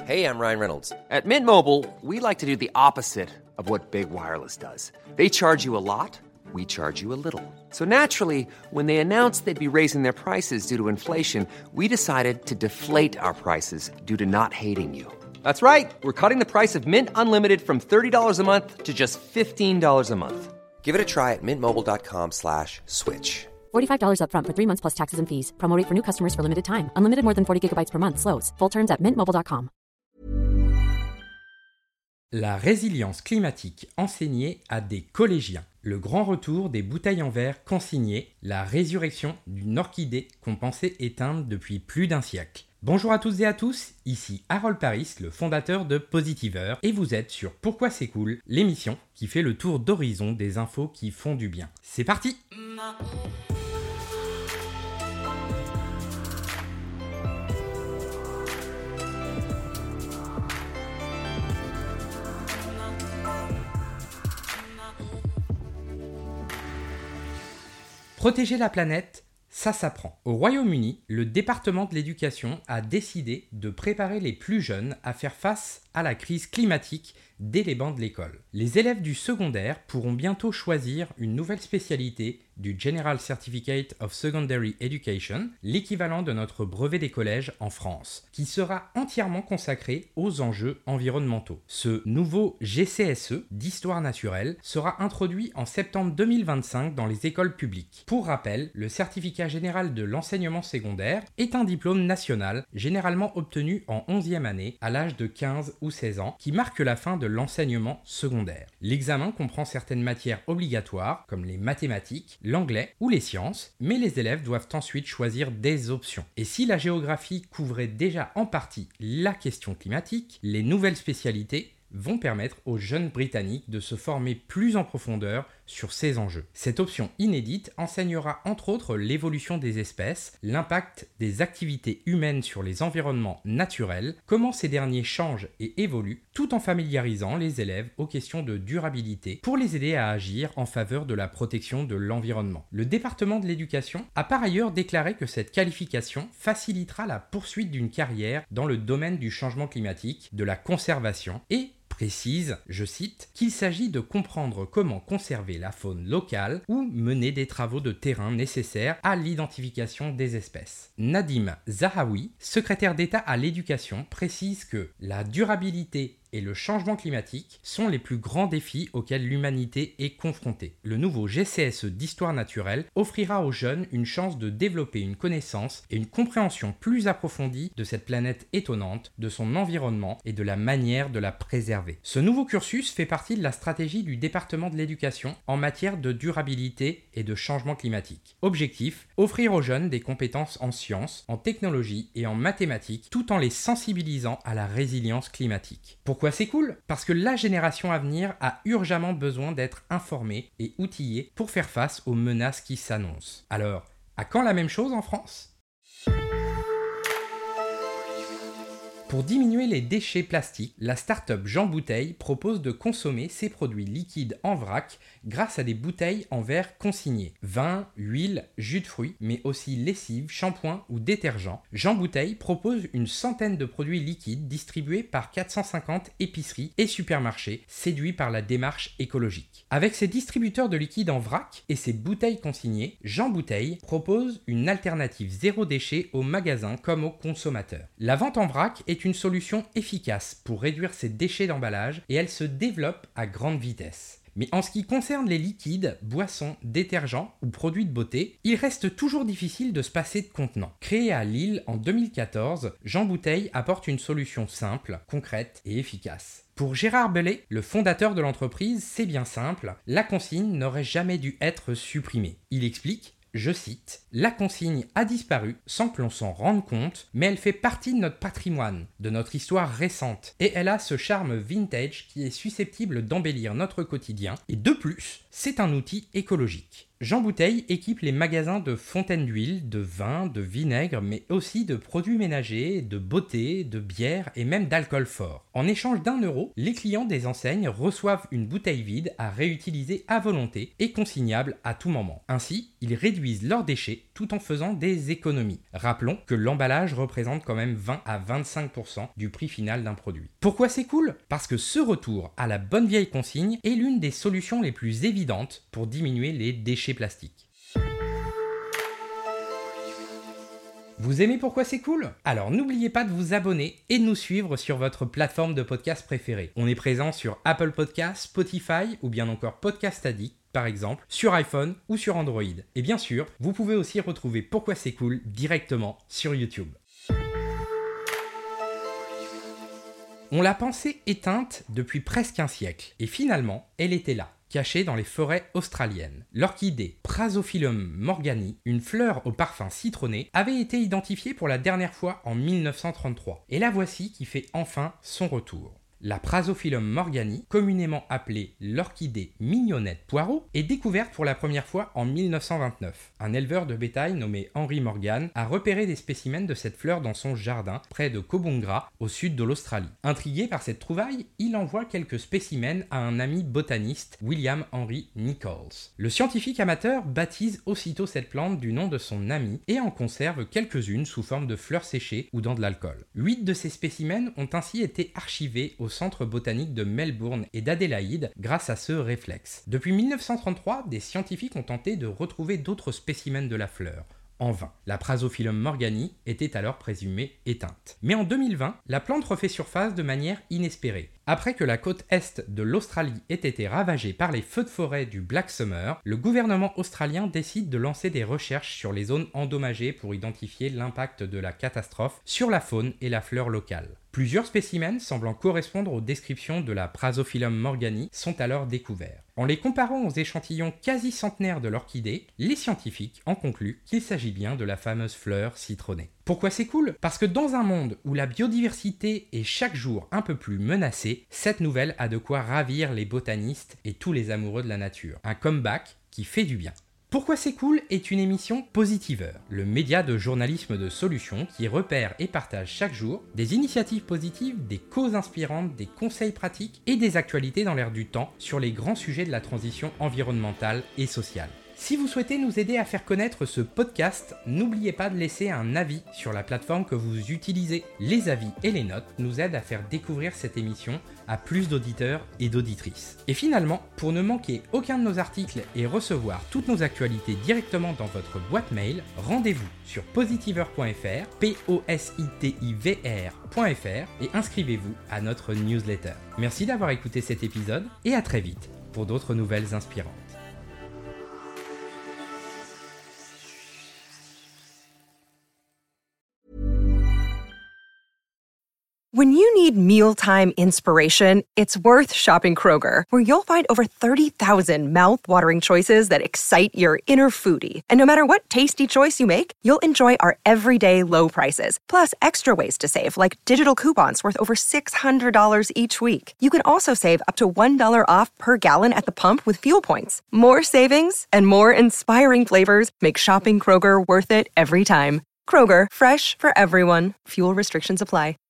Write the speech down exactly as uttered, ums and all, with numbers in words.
Hey, I'm Ryan Reynolds. At Mint Mobile, we like to do the opposite of what Big Wireless does. They charge you a lot, we charge you a little. So naturally, when they announced they'd be raising their prices due to inflation, we decided to deflate our prices due to not hating you. That's right. We're cutting the price of Mint Unlimited from thirty dollars a month to just fifteen dollars a month. Give it a try at mintmobile.com slash switch. forty-five dollars up front for three months plus taxes and fees. Promo rate for new customers for limited time. Unlimited more than forty gigabytes per month slows. Full terms at mint mobile dot com. La résilience climatique enseignée à des collégiens. Le grand retour des bouteilles en verre consignées. La résurrection d'une orchidée qu'on pensait éteindre depuis plus d'un siècle. Bonjour à toutes et à tous, ici Harold Paris, le fondateur de Positiver, et vous êtes sur Pourquoi c'est cool, l'émission qui fait le tour d'horizon des infos qui font du bien. C'est parti! Protéger la planète, ça s'apprend. Au Royaume-Uni, le département de l'éducation a décidé de préparer les plus jeunes à faire face à la crise climatique dès les bancs de l'école. Les élèves du secondaire pourront bientôt choisir une nouvelle spécialité du General Certificate of Secondary Education, l'équivalent de notre brevet des collèges en France, qui sera entièrement consacré aux enjeux environnementaux. Ce nouveau G C S E d'histoire naturelle sera introduit en septembre deux mille vingt-cinq dans les écoles publiques. Pour rappel, le certificat général de l'enseignement secondaire est un diplôme national généralement obtenu en onzième année à l'âge de quinze ou seize ans qui marque la fin de l'enseignement secondaire. L'examen comprend certaines matières obligatoires comme les mathématiques, l'anglais ou les sciences, mais les élèves doivent ensuite choisir des options. Et si la géographie couvrait déjà en partie la question climatique, les nouvelles spécialités vont permettre aux jeunes Britanniques de se former plus en profondeur sur ces enjeux. Cette option inédite enseignera entre autres l'évolution des espèces, l'impact des activités humaines sur les environnements naturels, comment ces derniers changent et évoluent, tout en familiarisant les élèves aux questions de durabilité pour les aider à agir en faveur de la protection de l'environnement. Le département de l'éducation a par ailleurs déclaré que cette qualification facilitera la poursuite d'une carrière dans le domaine du changement climatique, de la conservation et précise, je cite, qu'il s'agit de comprendre comment conserver la faune locale ou mener des travaux de terrain nécessaires à l'identification des espèces. Nadim Zahawi, secrétaire d'État à l'éducation, précise que la durabilité et le changement climatique sont les plus grands défis auxquels l'humanité est confrontée. Le nouveau G C S E d'histoire naturelle offrira aux jeunes une chance de développer une connaissance et une compréhension plus approfondie de cette planète étonnante, de son environnement et de la manière de la préserver. Ce nouveau cursus fait partie de la stratégie du département de l'éducation en matière de durabilité et de changement climatique. Objectif, offrir aux jeunes des compétences en sciences, en technologie et en mathématiques tout en les sensibilisant à la résilience climatique. Pourquoi c'est cool ? Parce que la génération à venir a urgemment besoin d'être informée et outillée pour faire face aux menaces qui s'annoncent. Alors, à quand la même chose en France ? Pour diminuer les déchets plastiques, la start-up Jean Bouteille propose de consommer ses produits liquides en vrac grâce à des bouteilles en verre consignées. Vin, huile, jus de fruits, mais aussi lessive, shampoing ou détergent. Jean Bouteille propose une centaine de produits liquides distribués par quatre cent cinquante épiceries et supermarchés séduits par la démarche écologique. Avec ses distributeurs de liquide en vrac et ses bouteilles consignées, Jean Bouteille propose une alternative zéro déchet aux magasins comme aux consommateurs. La vente en vrac est une solution efficace pour réduire ces déchets d'emballage et elle se développe à grande vitesse. Mais en ce qui concerne les liquides, boissons, détergents ou produits de beauté, il reste toujours difficile de se passer de contenants. Créé à Lille en deux mille quatorze, Jean Bouteille apporte une solution simple, concrète et efficace. Pour Gérard Bellet, le fondateur de l'entreprise, c'est bien simple, la consigne n'aurait jamais dû être supprimée. Il explique: je cite, « La consigne a disparu sans que l'on s'en rende compte, mais elle fait partie de notre patrimoine, de notre histoire récente, et elle a ce charme vintage qui est susceptible d'embellir notre quotidien, et de plus, c'est un outil écologique. » Jean Bouteille équipe les magasins de fontaines d'huile, de vin, de vinaigre, mais aussi de produits ménagers, de beauté, de bière et même d'alcool fort. En échange d'un euro, les clients des enseignes reçoivent une bouteille vide à réutiliser à volonté et consignable à tout moment. Ainsi, ils réduisent leurs déchets tout en faisant des économies. Rappelons que l'emballage représente quand même vingt à vingt-cinq pour cent du prix final d'un produit. Pourquoi c'est cool ? Parce que ce retour à la bonne vieille consigne est l'une des solutions les plus évidentes pour diminuer les déchets plastiques. Vous aimez Pourquoi c'est cool ? Alors n'oubliez pas de vous abonner et de nous suivre sur votre plateforme de podcast préférée. On est présent sur Apple Podcasts, Spotify ou bien encore Podcast Addict, par exemple, sur iPhone ou sur Android. Et bien sûr, vous pouvez aussi retrouver Pourquoi c'est cool directement sur YouTube. On l'a pensée éteinte depuis presque un siècle, et finalement, elle était là, cachée dans les forêts australiennes. L'orchidée Prasophyllum morgani, une fleur au parfum citronné, avait été identifiée pour la dernière fois en mille neuf cent trente-trois, et la voici qui fait enfin son retour. La Prasophyllum morgani, communément appelée l'orchidée mignonnette poireau, est découverte pour la première fois en mille neuf cent vingt-neuf. Un éleveur de bétail nommé Henry Morgan a repéré des spécimens de cette fleur dans son jardin, près de Cobungra, au sud de l'Australie. Intrigué par cette trouvaille, il envoie quelques spécimens à un ami botaniste, William Henry Nichols. Le scientifique amateur baptise aussitôt cette plante du nom de son ami et en conserve quelques-unes sous forme de fleurs séchées ou dans de l'alcool. Huit de ces spécimens ont ainsi été archivés au Centre botanique de Melbourne et d'Adélaïde grâce à ce réflexe. Depuis mille neuf cent trente-trois, des scientifiques ont tenté de retrouver d'autres spécimens de la fleur. En vain. La Prasophyllum morgani était alors présumée éteinte. Mais en deux mille vingt, la plante refait surface de manière inespérée. Après que la côte est de l'Australie ait été ravagée par les feux de forêt du Black Summer, le gouvernement australien décide de lancer des recherches sur les zones endommagées pour identifier l'impact de la catastrophe sur la faune et la flore locale. Plusieurs spécimens semblant correspondre aux descriptions de la Prasophyllum morgani sont alors découverts. En les comparant aux échantillons quasi centenaires de l'orchidée, les scientifiques en concluent qu'il s'agit bien de la fameuse fleur citronnée. Pourquoi c'est cool ? Parce que dans un monde où la biodiversité est chaque jour un peu plus menacée, cette nouvelle a de quoi ravir les botanistes et tous les amoureux de la nature. Un comeback qui fait du bien. Pourquoi c'est cool est une émission Positiveur, le média de journalisme de solutions qui repère et partage chaque jour des initiatives positives, des causes inspirantes, des conseils pratiques et des actualités dans l'air du temps sur les grands sujets de la transition environnementale et sociale. Si vous souhaitez nous aider à faire connaître ce podcast, n'oubliez pas de laisser un avis sur la plateforme que vous utilisez. Les avis et les notes nous aident à faire découvrir cette émission à plus d'auditeurs et d'auditrices. Et finalement, pour ne manquer aucun de nos articles et recevoir toutes nos actualités directement dans votre boîte mail, rendez-vous sur positiveur point f r, p o s i t i v r point f r et inscrivez-vous à notre newsletter. Merci d'avoir écouté cet épisode et à très vite pour d'autres nouvelles inspirantes. When you need mealtime inspiration, it's worth shopping Kroger, where you'll find over thirty thousand mouth-watering choices that excite your inner foodie. And no matter what tasty choice you make, you'll enjoy our everyday low prices, plus extra ways to save, like digital coupons worth over six hundred dollars each week. You can also save up to one dollar off per gallon at the pump with fuel points. More savings and more inspiring flavors make shopping Kroger worth it every time. Kroger, fresh for everyone. Fuel restrictions apply.